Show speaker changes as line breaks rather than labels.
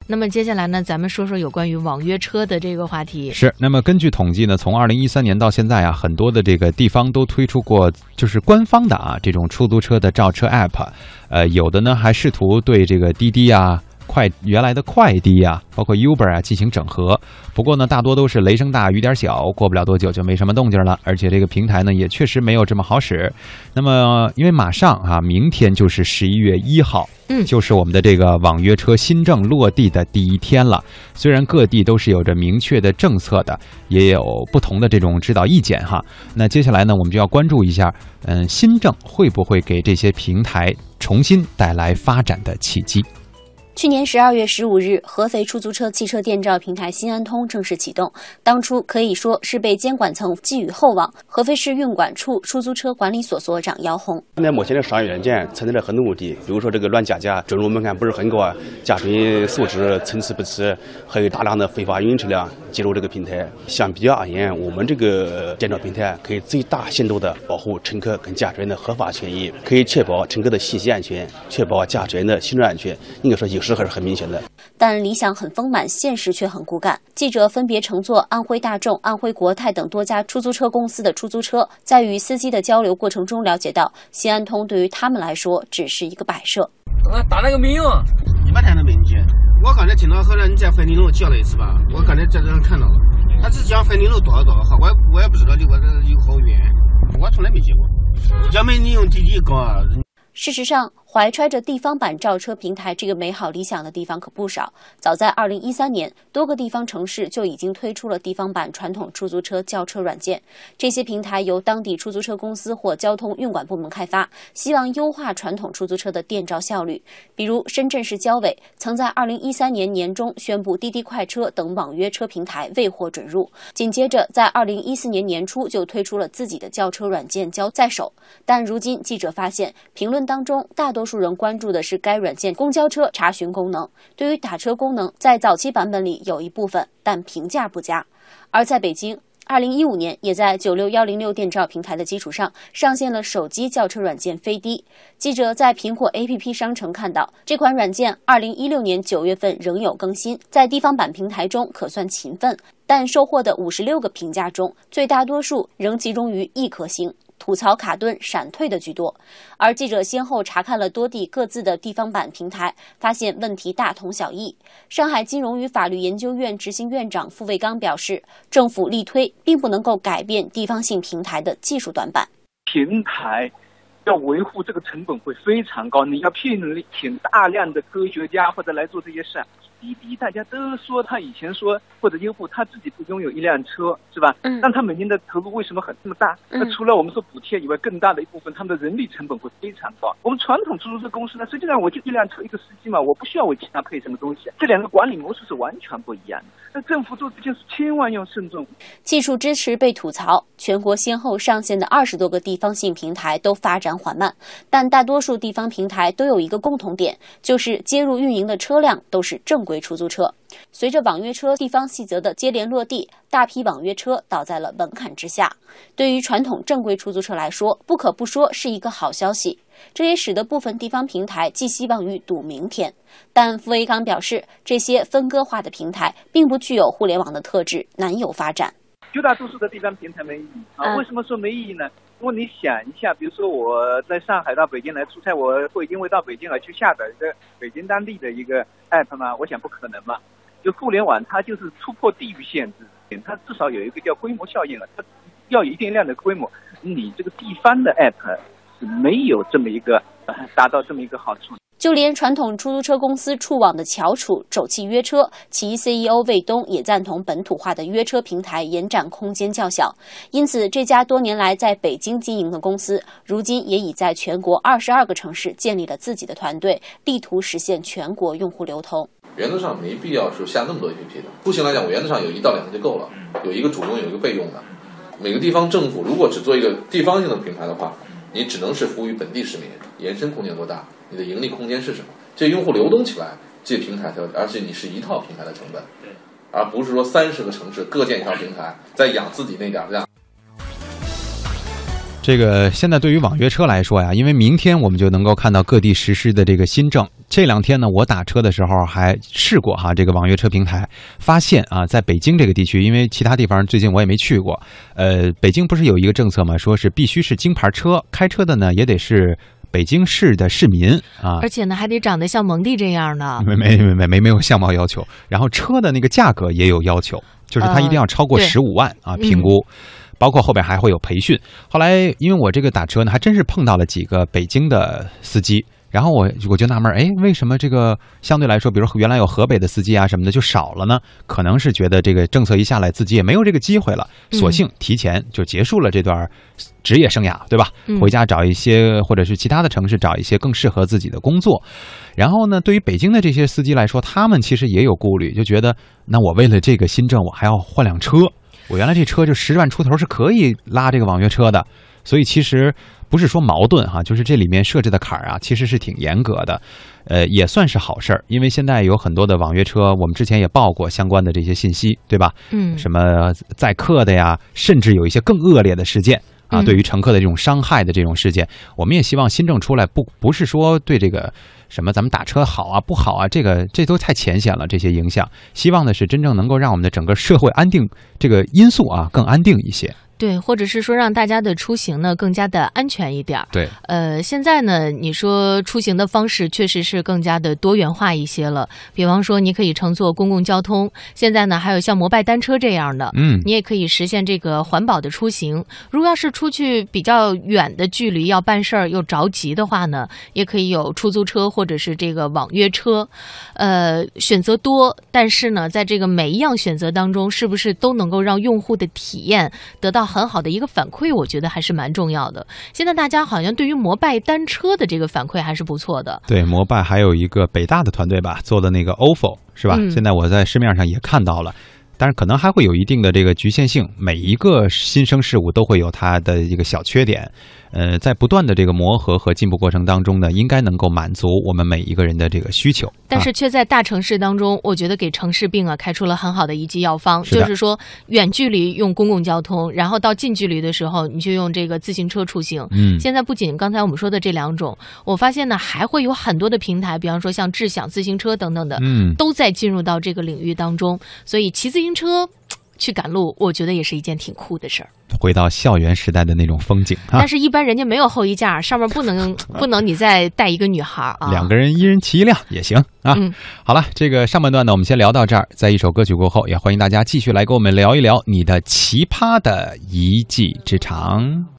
那么接下来呢，咱们说说有关于网约车的这个话题。
是，那么根据统计呢，从2013年到现在啊，很多的这个地方都推出过就是官方的这种出租车的召车 app，有的呢还试图对这个滴滴啊、原来的快滴啊，包括 Uber 进行整合。不过呢，大多都是雷声大雨点小，过不了多久就没什么动静了。而且这个平台呢，也确实没有这么好使。那么，因为马上明天就是11月1号，就是我们的这个网约车新政落地的第一天了。虽然各地都是有着明确的政策的，也有不同的这种指导意见哈。那接下来呢，我们就要关注一下，新政会不会给这些平台重新带来发展的契机？
去年12月15日，合肥出租车汽车电召平台新安通正式启动。当初可以说是被监管层寄予厚望。合肥市运管处出租车管理所所长姚红：
现在目前的商业软件存在着很多问题，比如说这个乱加价、准入门槛不是很高驾驶素质参差不齐，还有大量的非法运营车辆进入这个平台。相比较而言，我们这个电召平台可以最大限度地保护乘客跟驾驶员的合法权益，可以确保乘客的信息安全，确保驾驶员的行车安全。应该说优势还是很明显的。
但理想很丰满，现实却很骨感。记者分别乘坐安徽大众、安徽国泰等多家出租车公司的出租车，在与司机的交流过程中了解到，新安通对于他们来说只是一个摆设。
打那个没用，
你把谈的没用。我刚才听到后来你在樊林路叫了一次吧，我刚才在这上看到了，他只讲樊林路多少号，我也不知道离我这有好远，我从来没接过。要没你用滴滴搞啊。
事实上，怀揣着地方版召车平台这个美好理想的地方可不少。早在2013年，多个地方城市就已经推出了地方版传统出租车叫车软件。这些平台由当地出租车公司或交通运管部门开发，希望优化传统出租车的电召效率。比如，深圳市交委曾在2013年年中宣布滴滴快车等网约车平台未获准入，紧接着在2014年年初就推出了自己的叫车软件交在手。但如今记者发现，评论当中大多数人关注的是该软件公交车查询功能，对于打车功能在早期版本里有一部分，但评价不佳。而在北京，2015年也在96106电召平台的基础上上线了手机叫车软件飞滴。记者在苹果 APP 商城看到，这款软件2016年9月份仍有更新，在地方版平台中可算勤奋，但收获的56个评价中，最大多数仍集中于1颗星。吐槽卡顿、闪退的居多。而记者先后查看了多地各自的地方版平台，发现问题大同小异。上海金融与法律研究院执行院长付卫刚表示，政府力推并不能够改变地方性平台的技术短板。
平台要维护这个成本会非常高，你要聘大量的科学家或者来做这些事。滴滴大家都说他以前说或者优步他自己不拥有一辆车是吧？但他每年的投入为什么这么大？那除了我们说补贴以外，更大的一部分他们的人力成本会非常高。我们传统出租车公司呢，实际上我就一辆车一个司机嘛，我不需要为其他配什么东西，这两个管理模式是完全不一样的。那政府做这件事千万要慎重。
技术支持被吐槽，全国先后上线的20多个地方性平台都发展缓慢，但大多数地方平台都有一个共同点，就是接入运营的车辆都是正规出租车。随着网约车地方细则的接连落地，大批网约车倒在了门槛之下。对于传统正规出租车来说，不可不说是一个好消息。这也使得部分地方平台寄希望于赌明天。但付卫刚表示，这些分割化的平台并不具有互联网的特质，难有发展。
绝大多数的地方平台没意义啊！为什么说没意义呢？因为你想一下，比如说我在上海到北京来出差，我会因为到北京而去下载一个北京当地的一个 app 吗？我想不可能嘛。就互联网它就是突破地域限制，它至少有一个叫规模效应了，它要有一定量的规模。你这个地方的 app 是没有这么一个达到这么一个好处。
就连传统出租车公司触网的翘楚肘气约车，其 CEO 魏东也赞同本土化的约车平台延展空间较小，因此这家多年来在北京经营的公司，如今也已在全国22个城市建立了自己的团队，力图实现全国用户流通。
原则上没必要说下那么多 APP 的，出行来讲，我原则上有1到2个就够了，有一个主用，有一个备用的。每个地方政府如果只做一个地方性的平台的话，你只能是服务于本地市民，延伸空间多大？你的盈利空间是什么？这用户流动起来，这平台才，而且你是一套平台的成本，而不是说30个城市各建一条平台，再养自己那点这样。
这个现在对于网约车来说呀，因为明天我们就能够看到各地实施的这个新政。这2天呢，我打车的时候还试过哈这个网约车平台，发现啊，在北京这个地区，因为其他地方最近我也没去过，北京不是有一个政策嘛，说是必须是京牌车，开车的呢也得是北京市的市民啊，
而且呢还得长得像蒙蒂这样的，
没有相貌要求，然后车的那个价格也有要求，就是它一定要超过15万啊，评估。包括后边还会有培训。后来因为我这个打车呢，还真是碰到了几个北京的司机，然后我就纳闷，为什么这个相对来说，比如原来有河北的司机啊什么的就少了呢？可能是觉得这个政策一下来，自己也没有这个机会了，索性提前就结束了这段职业生涯，对吧？回家找一些或者是其他的城市找一些更适合自己的工作。然后呢，对于北京的这些司机来说，他们其实也有顾虑，就觉得那我为了这个新政，我还要换辆车。我原来这车就10万出头是可以拉这个网约车的，所以其实不是说矛盾哈，就是这里面设置的坎儿啊，其实是挺严格的，也算是好事儿，因为现在有很多的网约车，我们之前也报过相关的这些信息，对吧？什么载客的呀，甚至有一些更恶劣的事件啊，对于乘客的这种伤害的这种事件，我们也希望新政出来不是说对这个什么咱们打车好啊不好啊，这都太浅显了，这些影响。希望的是真正能够让我们的整个社会安定这个因素啊更安定一些。
对，或者是说让大家的出行呢更加的安全一点。
对，
现在呢，你说出行的方式确实是更加的多元化一些了。比方说，你可以乘坐公共交通，现在呢还有像摩拜单车这样的，你也可以实现这个环保的出行。如果要是出去比较远的距离要办事儿又着急的话呢，也可以有出租车或者是这个网约车，选择多，但是呢，在这个每一样选择当中，是不是都能够让用户的体验得到很好的一个反馈，我觉得还是蛮重要的。现在大家好像对于摩拜单车的这个反馈还是不错的。
对，摩拜还有一个北大的团队吧做的那个 OFO 是吧？现在我在市面上也看到了，但是可能还会有一定的这个局限性，每一个新生事物都会有它的一个小缺点。在不断的这个磨合和进步过程当中呢，应该能够满足我们每一个人的这个需求，
但是却在大城市当中，我觉得给城市病啊开出了很好的一剂药方，就是说远距离用公共交通，然后到近距离的时候你就用这个自行车出行。现在不仅刚才我们说的这2种，我发现呢还会有很多的平台，比方说像智享自行车等等的，都在进入到这个领域当中，所以骑自行车去赶路，我觉得也是一件挺酷的事儿。
回到校园时代的那种风景啊！
但是，一般人家没有后衣架，上面不能你再带一个女孩啊。
2个人1人骑1辆也行啊。好了，这个上半段呢，我们先聊到这儿。在一首歌曲过后，也欢迎大家继续来跟我们聊一聊你的奇葩的一技之长。